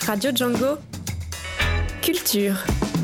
Radio Django. Culture.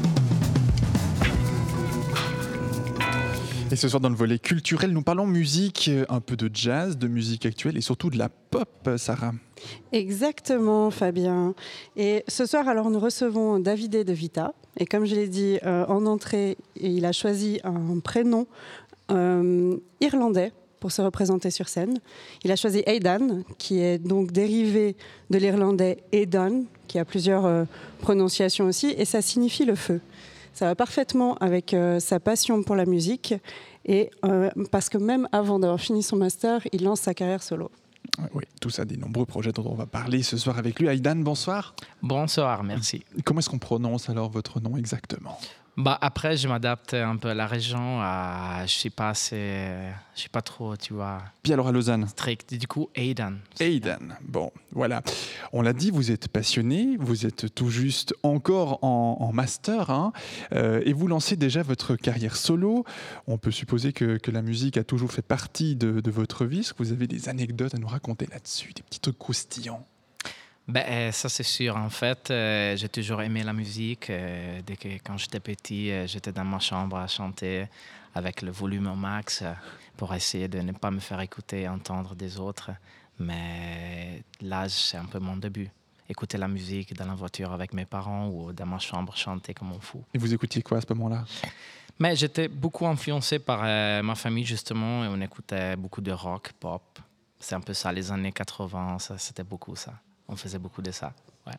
Et ce soir, dans le volet culturel, nous parlons musique, un peu de jazz, de musique actuelle et surtout de la pop, Sarah. Exactement, Fabien. Et ce soir, alors, nous recevons Davide De Vita. Et comme je l'ai dit en entrée, il a choisi un prénom irlandais pour se représenter sur scène. Il a choisi Aidan, qui est donc dérivé de l'irlandais Aidan, qui a plusieurs prononciations aussi, et ça signifie le feu. Ça va parfaitement avec sa passion pour la musique, et parce que même avant d'avoir fini son master, il lance sa carrière solo. Oui, tout ça, des nombreux projets dont on va parler ce soir avec lui. Aidan, bonsoir. Bonsoir, merci. Comment est-ce qu'on prononce alors votre nom exactement ? Après, je m'adapte un peu à la région. Je suis pas trop, tu vois. Puis alors à Lausanne ? Strict. Du coup, Aidan. Aidan. Bon, voilà. On l'a dit, vous êtes passionné, vous êtes tout juste encore en master, hein, et vous lancez déjà votre carrière solo. On peut supposer que la musique a toujours fait partie de votre vie. Est-ce que vous avez des anecdotes à nous raconter là-dessus, des petits trucs croustillants ? Ça c'est sûr. En fait, j'ai toujours aimé la musique. Quand j'étais petit, j'étais dans ma chambre à chanter avec le volume au max pour essayer de ne pas me faire écouter et entendre des autres. Mais là, c'est un peu mon début. Écouter la musique dans la voiture avec mes parents ou dans ma chambre, chanter comme un fou. Et vous écoutiez quoi à ce moment-là ? Mais j'étais beaucoup influencé par ma famille, justement, et on écoutait beaucoup de rock, pop. C'est un peu ça, les années 80, c'était beaucoup ça. On faisait beaucoup de ça, ouais.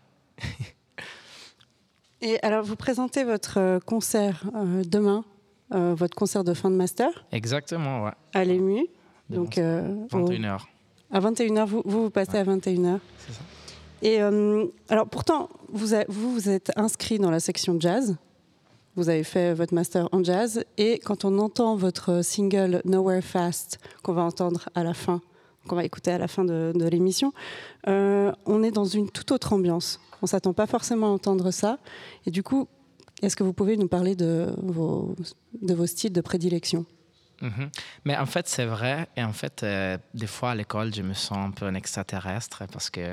Et alors, vous présentez votre concert demain, votre concert de fin de master. Exactement, ouais. À l'EMU. Donc, 21h. À 21h, vous passez à 21h. C'est ça. Et alors, pourtant, vous êtes inscrit dans la section jazz. Vous avez fait votre master en jazz. Et quand on entend votre single Nowhere Fast, qu'on va entendre à la fin, qu'on va écouter à la fin de l'émission, on est dans une toute autre ambiance. On ne s'attend pas forcément à entendre ça. Et du coup, est-ce que vous pouvez nous parler de vos styles de prédilection ? Mais en fait, c'est vrai. Et en fait, des fois, à l'école, je me sens un peu un extraterrestre parce que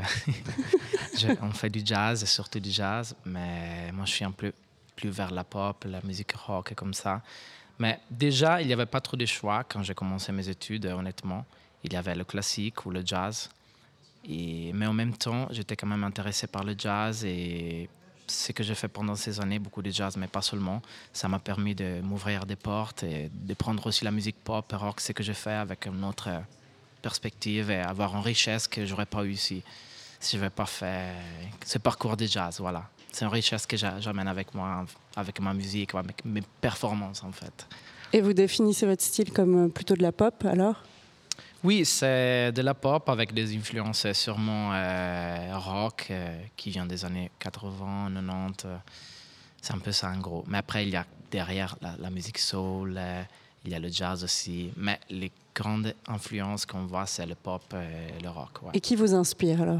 on fait du jazz, et surtout du jazz. Mais moi, je suis un peu plus vers la pop, la musique rock et comme ça. Mais déjà, il n'y avait pas trop de choix quand j'ai commencé mes études, honnêtement. Il y avait le classique ou le jazz. Mais en même temps, j'étais quand même intéressé par le jazz. Et ce que j'ai fait pendant ces années, beaucoup de jazz, mais pas seulement, ça m'a permis de m'ouvrir des portes et de prendre aussi la musique pop et rock, ce que j'ai fait avec une autre perspective et avoir une richesse que je n'aurais pas eu si je n'avais pas fait ce parcours de jazz. Voilà. C'est une richesse que j'amène avec moi, avec ma musique, avec mes performances en fait. Et vous définissez votre style comme plutôt de la pop alors ? Oui, c'est de la pop avec des influences sûrement rock qui vient des années 80, 90. C'est un peu ça en gros. Mais après, il y a derrière la musique soul, il y a le jazz aussi. Mais les grandes influences qu'on voit, c'est le pop et le rock. Ouais. Et qui vous inspire alors ?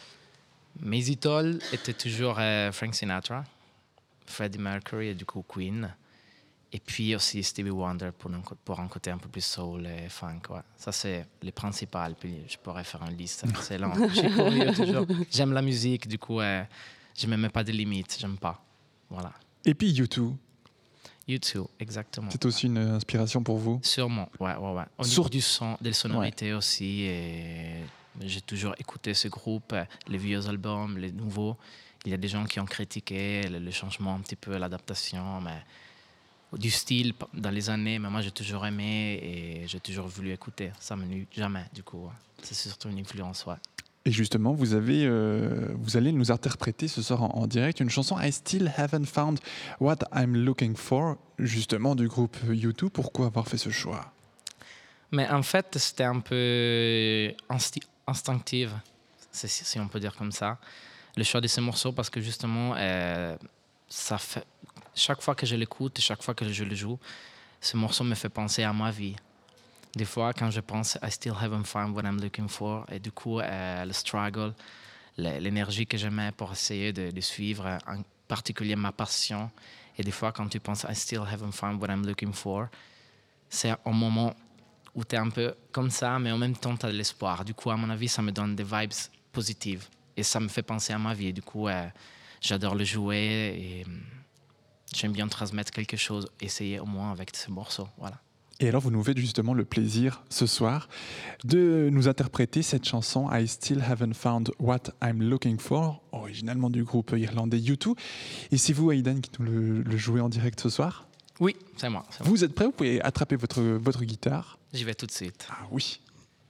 Mes idoles étaient toujours Frank Sinatra, Freddie Mercury et du coup Queen. Et puis aussi Stevie Wonder pour un côté un peu plus soul et funk. Ouais. Ça, c'est les principales. Puis je pourrais faire une liste. C'est long. J'ai couru toujours. J'aime la musique, du coup, je ne me mets pas de limites. J'aime pas. Voilà. Et puis U2. U2, exactement. C'est aussi une inspiration pour vous ? Sûrement, ouais. Au niveau du son, des sonorités aussi. Et j'ai toujours écouté ce groupe, les vieux albums, les nouveaux. Il y a des gens qui ont critiqué le changement un petit peu, l'adaptation, mais du style dans les années, mais moi j'ai toujours aimé et j'ai toujours voulu écouter. Ça me nuit jamais, du coup. Ouais. C'est surtout une influence, ouais. Et justement, vous allez nous interpréter ce soir en direct une chanson I Still Haven't Found What I'm Looking For, justement du groupe U2. Pourquoi avoir fait ce choix ? Mais en fait, c'était un peu instinctif, si on peut dire comme ça, le choix de ce morceau, parce que justement, ça fait... Chaque fois que je l'écoute, chaque fois que je le joue, ce morceau me fait penser à ma vie. Des fois, quand je pense I still haven't found what I'm looking for, et du coup, le struggle, l'énergie que je mets pour essayer de suivre, en particulier ma passion. Et des fois, quand tu penses I still haven't found what I'm looking for, c'est un moment où tu es un peu comme ça, mais en même temps, tu as de l'espoir. Du coup, à mon avis, ça me donne des vibes positives. et ça me fait penser à ma vie. Et du coup, j'adore le jouer et j'aime bien transmettre quelque chose, essayer au moins avec ce morceau. Voilà. Et alors, vous nous faites justement le plaisir ce soir de nous interpréter cette chanson I Still Haven't Found What I'm Looking For, originalement du groupe irlandais U2. Et c'est vous, Aidan, qui nous le jouez en direct ce soir? Oui, c'est moi. Vous êtes prêts? Vous pouvez attraper votre guitare. J'y vais tout de suite. Ah oui.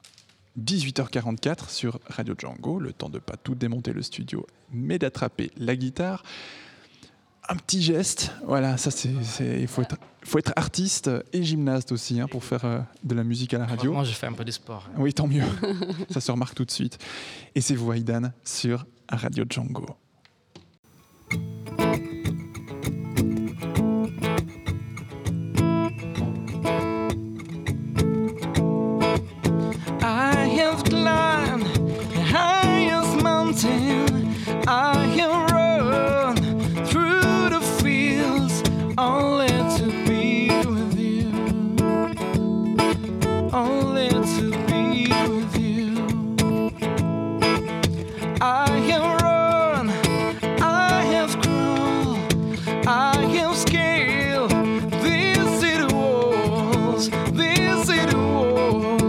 18h44 sur Radio Django, le temps de ne pas tout démonter le studio, mais d'attraper la guitare. Un petit geste, voilà, ça il faut être artiste et gymnaste aussi pour faire de la musique à la radio. Moi, je fais un peu de sport. Oui, tant mieux, ça se remarque tout de suite. Et c'est vous, Aidan, sur Radio Django. I have climbed the highest mountain. I have run through the fields only to be with you. Only to be with you. I have run, I have crawled, I have scaled these city walls, these city walls.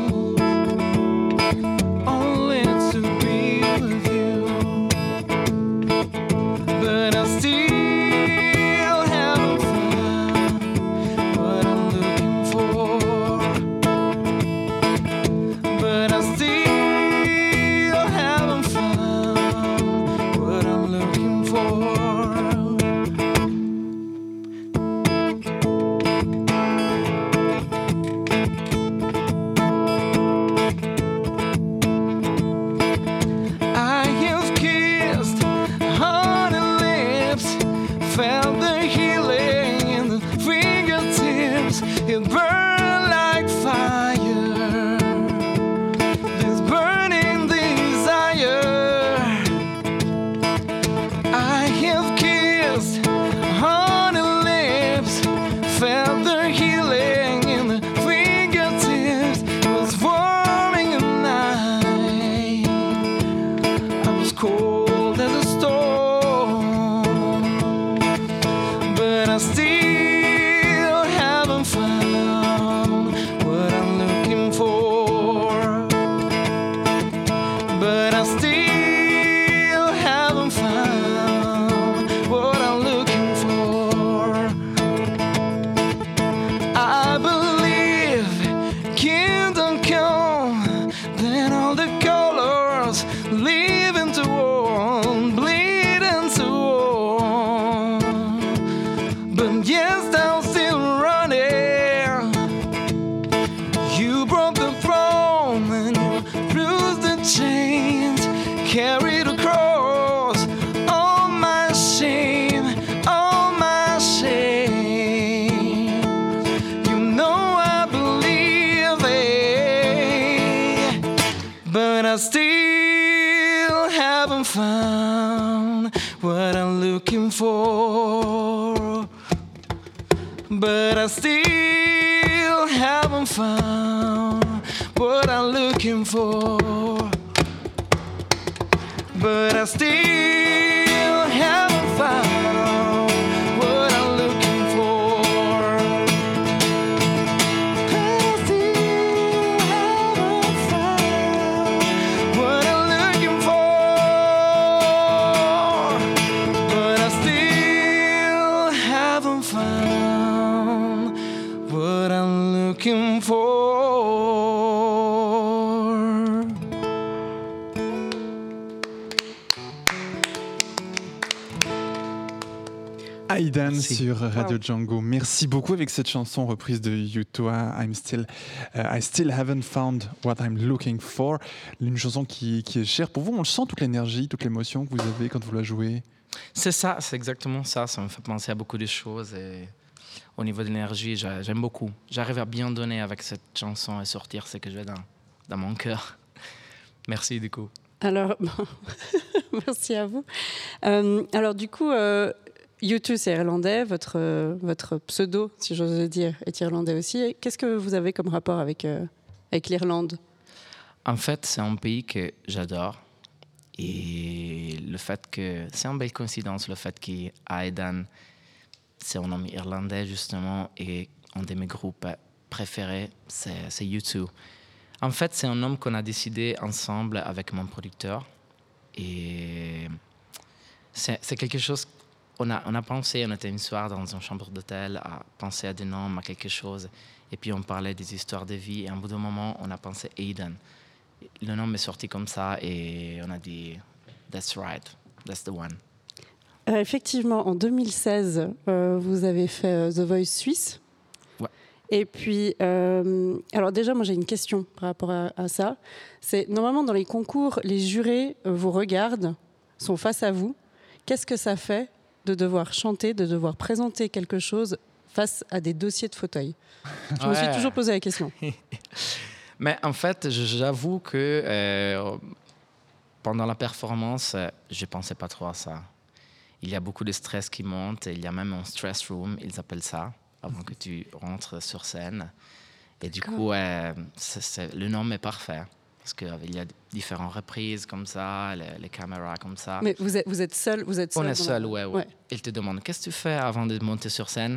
Only to be with you. But I still haven't found what I'm looking for. But I still haven't found what I'm looking for. I have kissed honey lips, felt the healing in the fingertips. It burned like fire, this burning desire. I have kissed honey lips, felt the healing in the fingertips. It was warming at night. I was cold as a storm, but I still haven't found what I'm looking for. But I still haven't found what I'm looking for. I believe kingdom come, then all the colors leave into one, bleed into one. But yes, I'm still running. You broke the throne and you bruised the chains, carried the cross, all my shame, all my shame. You know I believe it, but I still haven't found what I'm looking for. But I still haven't found what I'm looking for. But I still haven't found what I'm looking for. But I still haven't found what I'm looking for. But I still haven't found what I'm looking for. Aidan Merci. sur Radio Django. Merci beaucoup avec cette chanson reprise de U2, I Still Haven't Found What I'm Looking For. Une chanson qui est chère pour vous. On le sent, toute l'énergie, toute l'émotion que vous avez quand vous la jouez. C'est ça, c'est exactement ça. Ça me fait penser à beaucoup de choses. Et au niveau de l'énergie, j'aime beaucoup. J'arrive à bien donner avec cette chanson et sortir ce que j'ai dans mon cœur. Merci du coup. Alors, merci à vous. Alors du coup, U2 c'est irlandais, votre pseudo, si j'ose le dire, est irlandais aussi. Qu'est-ce que vous avez comme rapport avec l'Irlande ? En fait, c'est un pays que j'adore. Et le fait que... C'est une belle coïncidence, le fait qu'Aidan, c'est un homme irlandais, justement, et un de mes groupes préférés, c'est U2. En fait, c'est un homme qu'on a décidé ensemble avec mon producteur. Et c'est quelque chose... On a pensé, on était une soirée dans une chambre d'hôtel à penser à des noms, à quelque chose. Et puis on parlait des histoires de vie. Et à un bout d'un moment, on a pensé Aidan. Le nom est sorti comme ça et on a dit that's right, that's the one. Effectivement, en 2016, vous avez fait The Voice Suisse. Ouais. Et puis, alors déjà, moi j'ai une question par rapport à ça. C'est normalement dans les concours, les jurés vous regardent, sont face à vous. Qu'est-ce que ça fait de devoir chanter, de devoir présenter quelque chose face à des dossiers de fauteuil? Je me suis toujours posé la question. Mais en fait, j'avoue que pendant la performance, je ne pensais pas trop à ça. Il y a beaucoup de stress qui monte. Il y a même un stress room, ils appellent ça, avant que tu rentres sur scène. Et du coup, le nom est parfait. Parce qu'il y a différentes reprises comme ça, les caméras comme ça. Mais vous êtes seul? On est seul, ouais. Ils te demandent, qu'est-ce que tu fais avant de monter sur scène?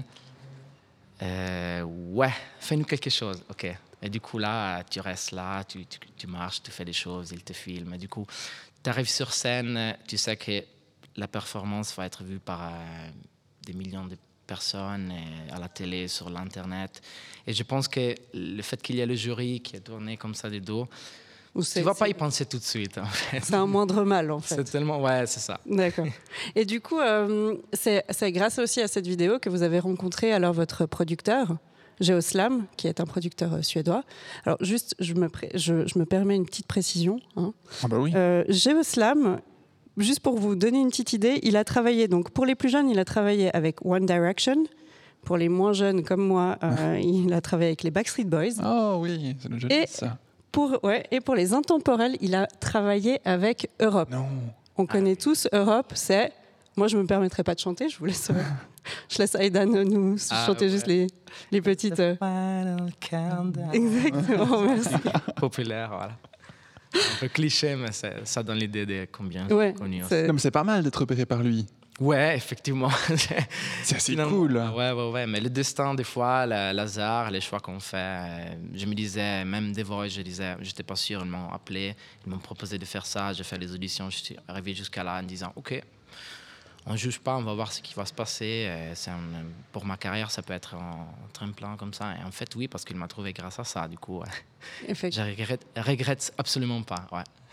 Ouais, fais-nous quelque chose, ok. Et du coup, là, tu restes là, tu marches, tu fais des choses, ils te filment. Et du coup, tu arrives sur scène, tu sais que la performance va être vue par des millions de personnes à la télé, sur l'Internet. Et je pense que le fait qu'il y ait le jury qui est tourné comme ça des dos, tu ne vas pas y penser tout de suite, en fait. C'est un moindre mal, en fait. C'est tellement... Ouais, c'est ça. D'accord. Et du coup, c'est grâce aussi à cette vidéo que vous avez rencontré alors votre producteur, Geoslam, qui est un producteur suédois. Alors juste, je me permets une petite précision. Hein. Ah bah oui. Geoslam, juste pour vous donner une petite idée, il a travaillé, donc pour les plus jeunes, il a travaillé avec One Direction. Pour les moins jeunes comme moi, il a travaillé avec les Backstreet Boys. Oh oui, c'est le jeu de ça. Et pour les intemporels, il a travaillé avec Europe. Non. On connaît tous Europe, c'est... Moi, je ne me permettrai pas de chanter, je vous laisse... je laisse Aidan nous chanter juste les petites... Final countdown. Exactement, merci. Populaire, voilà. Un peu cliché, mais ça donne l'idée de combien Ouais, connu. Non, mais c'est pas mal d'être repéré par lui. Ouais, effectivement. C'est assez Finalement, cool. Ouais. Mais le destin, des fois, l'hasard, les choix qu'on fait, je me disais, même des voix, je n'étais pas sûr, ils m'ont appelé, ils m'ont proposé de faire ça, j'ai fait les auditions, je suis arrivé jusqu'à là en disant, OK, on ne juge pas, on va voir ce qui va se passer. Pour ma carrière, ça peut être un tremplin comme ça. Et en fait, oui, parce qu'il m'a trouvé grâce à ça, du coup. Je regrette absolument pas,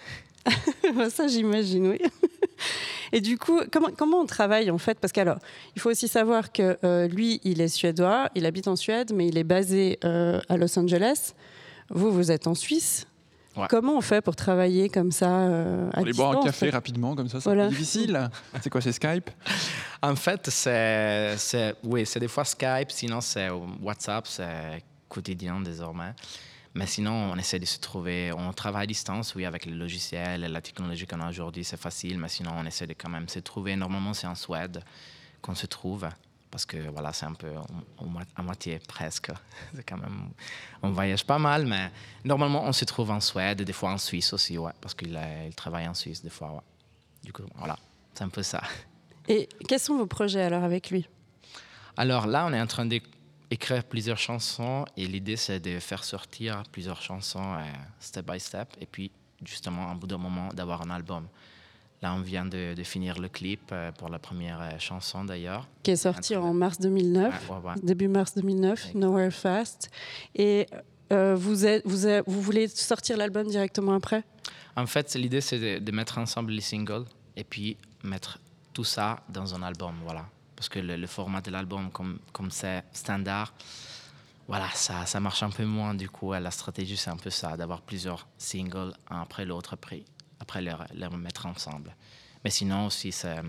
ouais. Ça, j'imagine, oui. Et du coup, comment on travaille en fait? Parce qu'alors, il faut aussi savoir que lui, il est suédois, il habite en Suède, mais il est basé à Los Angeles. Vous êtes en Suisse. Ouais. Comment on fait pour travailler comme ça à aller boire un café rapidement, comme ça, c'est voilà. Difficile. C'est quoi, c'est Skype? En fait, c'est des fois Skype, sinon c'est WhatsApp, c'est quotidien désormais. Mais sinon, on essaie de se trouver. On travaille à distance, oui, avec le logiciel, la technologie qu'on a aujourd'hui, c'est facile. Mais sinon, on essaie de quand même se trouver. Normalement, c'est en Suède qu'on se trouve. Parce que voilà, c'est un peu à moitié presque. C'est quand même, on voyage pas mal, mais normalement, on se trouve en Suède, des fois en Suisse aussi, ouais, parce qu'il travaille en Suisse des fois, ouais. Du coup, voilà, c'est un peu ça. Et quels sont vos projets alors avec lui? Alors là, on est en train d'écrire plusieurs chansons et l'idée, c'est de faire sortir plusieurs chansons step by step et puis justement, au bout d'un moment, d'avoir un album. Là, on vient de finir le clip pour la première chanson, d'ailleurs. Qui est sorti en mars 2009, ouais. Début mars 2009, Nowhere Fast. Et vous voulez sortir l'album directement après? En fait, l'idée, c'est de mettre ensemble les singles et puis mettre tout ça dans un album, voilà. Parce que le format de l'album, comme c'est standard, voilà, ça marche un peu moins. Du coup, la stratégie, c'est un peu ça, d'avoir plusieurs singles, un après l'autre pris. Après les remettre ensemble. Mais sinon aussi,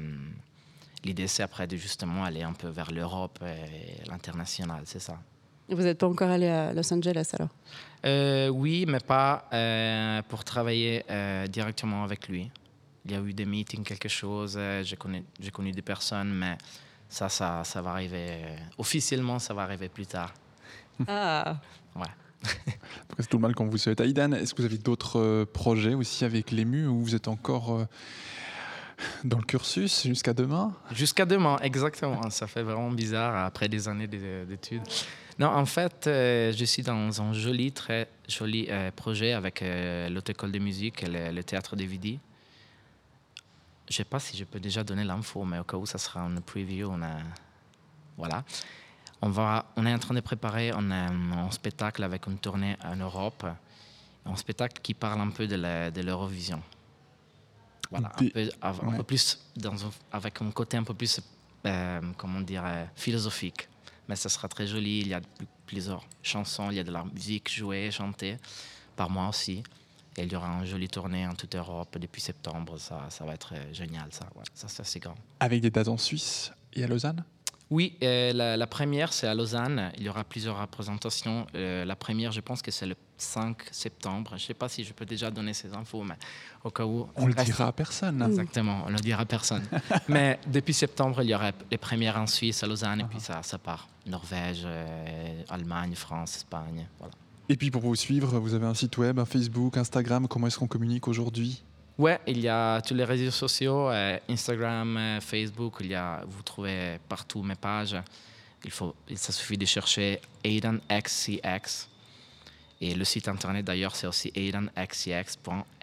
l'idée, c'est après de justement aller un peu vers l'Europe et l'international, c'est ça. Vous n'êtes pas encore allé à Los Angeles alors? Oui, mais pas pour travailler directement avec lui. Il y a eu des meetings, quelque chose, j'ai connu des personnes, mais ça va arriver, officiellement, ça va arriver plus tard. Ah. Ouais. C'est tout le mal qu'on vous souhaite. Aidan, est-ce que vous avez d'autres projets aussi avec l'EMU ou vous êtes encore dans le cursus jusqu'à demain? Jusqu'à demain, exactement. Ça fait vraiment bizarre après des années d'études. Non, en fait, je suis dans un très joli projet avec l'Haute École de musique et le théâtre de Vidi. Je ne sais pas si je peux déjà donner l'info, mais au cas où ça sera une preview, voilà. On est en train de préparer un spectacle avec une tournée en Europe, un spectacle qui parle un peu de l'Eurovision. Voilà, un peu plus avec un côté un peu plus, philosophique. Mais ça sera très joli, il y a plusieurs chansons, il y a de la musique jouée, chantée, par moi aussi. Et il y aura une jolie tournée en toute Europe depuis septembre, ça va être génial, ça c'est grand. Avec des dates en Suisse et à Lausanne? Oui, la première, c'est à Lausanne. Il y aura plusieurs représentations. La première, je pense que c'est le 5 septembre. Je ne sais pas si je peux déjà donner ces infos, mais au cas où... On ne le dira à personne. Exactement, on ne le dira à personne. Mais depuis septembre, il y aura les premières en Suisse, à Lausanne, et puis ça part. Norvège, Allemagne, France, Espagne, voilà. Et puis pour vous suivre, vous avez un site web, un Facebook, Instagram. Comment est-ce qu'on communique aujourd'hui? Ouais, il y a tous les réseaux sociaux, Instagram, Facebook, vous trouvez partout mes pages. Ça suffit de chercher AidanXCX. Et le site internet d'ailleurs, c'est aussi aidanxcx.xyz.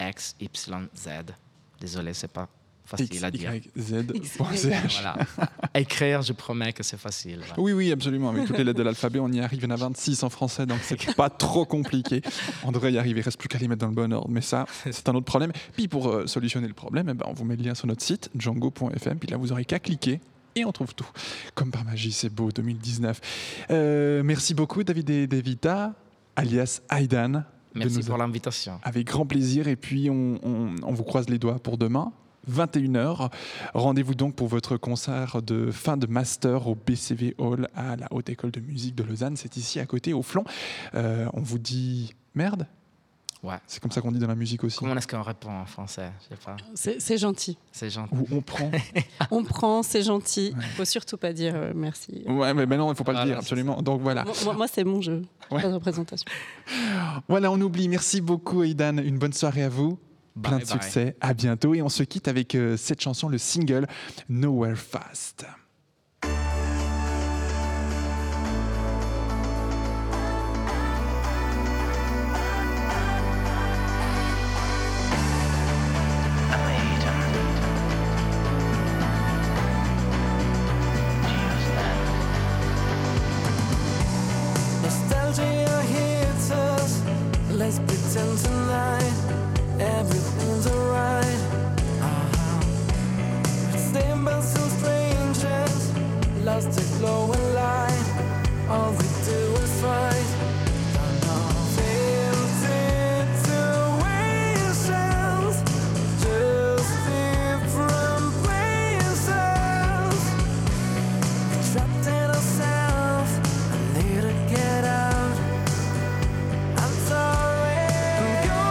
Désolé, c'est pas facile à dire. XYZ.ch. Voilà. À écrire, je promets que c'est facile. Voilà. Oui, absolument. Avec toutes les lettres de l'alphabet, on y arrive. Il y en a 26 en français, donc c'est pas trop compliqué. On devrait y arriver. Il reste plus qu'à les mettre dans le bon ordre. Mais ça, c'est un autre problème. Puis pour solutionner le problème, on vous met le lien sur notre site, django.fm. Puis là, vous aurez qu'à cliquer. Et on trouve tout. Comme par magie, c'est beau, 2019. Merci beaucoup, David De Vita, alias Aidan. Merci pour l'invitation. Avec grand plaisir. Et puis, on vous croise les doigts pour demain. 21h. Rendez-vous donc pour votre concert de fin de master au BCV Hall à la Haute École de musique de Lausanne. C'est ici à côté, au Flon. On vous dit merde? Ouais. C'est comme ça qu'on dit dans la musique aussi. Comment est-ce qu'on répond en français? Je sais pas. C'est gentil. C'est gentil. Ou on prend. On prend, c'est gentil. Il faut surtout pas dire merci. Ouais, mais non, il faut pas le dire, absolument. Donc voilà. Moi, c'est mon jeu. Pas de représentation. Voilà, on oublie. Merci beaucoup, Aidan. Une bonne soirée à vous. Plein de succès, à bientôt et on se quitte avec cette chanson, le single Nowhere Fast. Nostalgia hits us. Let's pretend tonight everything's alright. Staying by some strangers, lost a glowing light. All we do is fight. Tempted situations, just different places. Trapped in ourselves, I need to get out. I'm sorry. I'm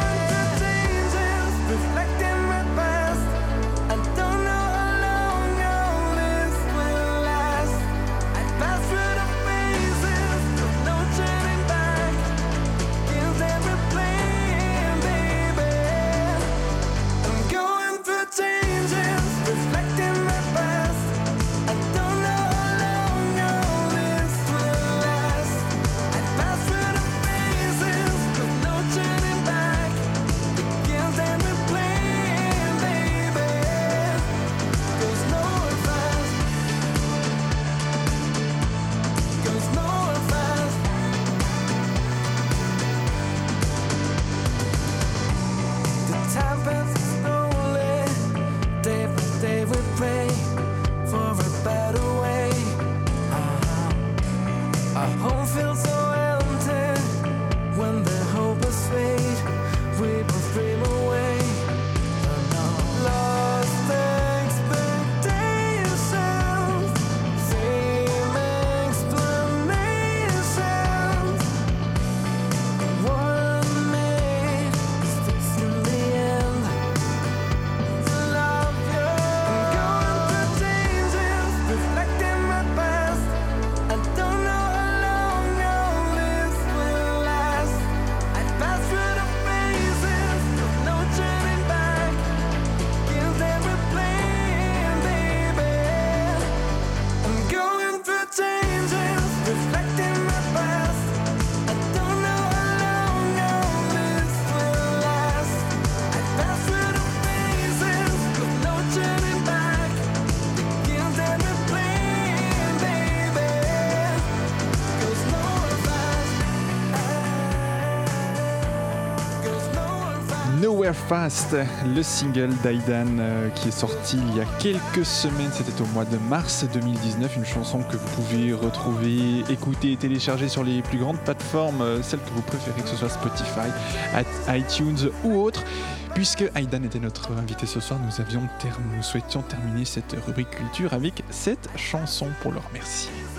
Nowhere Fast, le single d'Aidan qui est sorti il y a quelques semaines, c'était au mois de mars 2019, une chanson que vous pouvez retrouver, écouter et télécharger sur les plus grandes plateformes, celles que vous préférez, que ce soit Spotify, iTunes ou autre. Puisque Aidan était notre invité ce soir, nous souhaitions terminer cette rubrique culture avec cette chanson pour le remercier.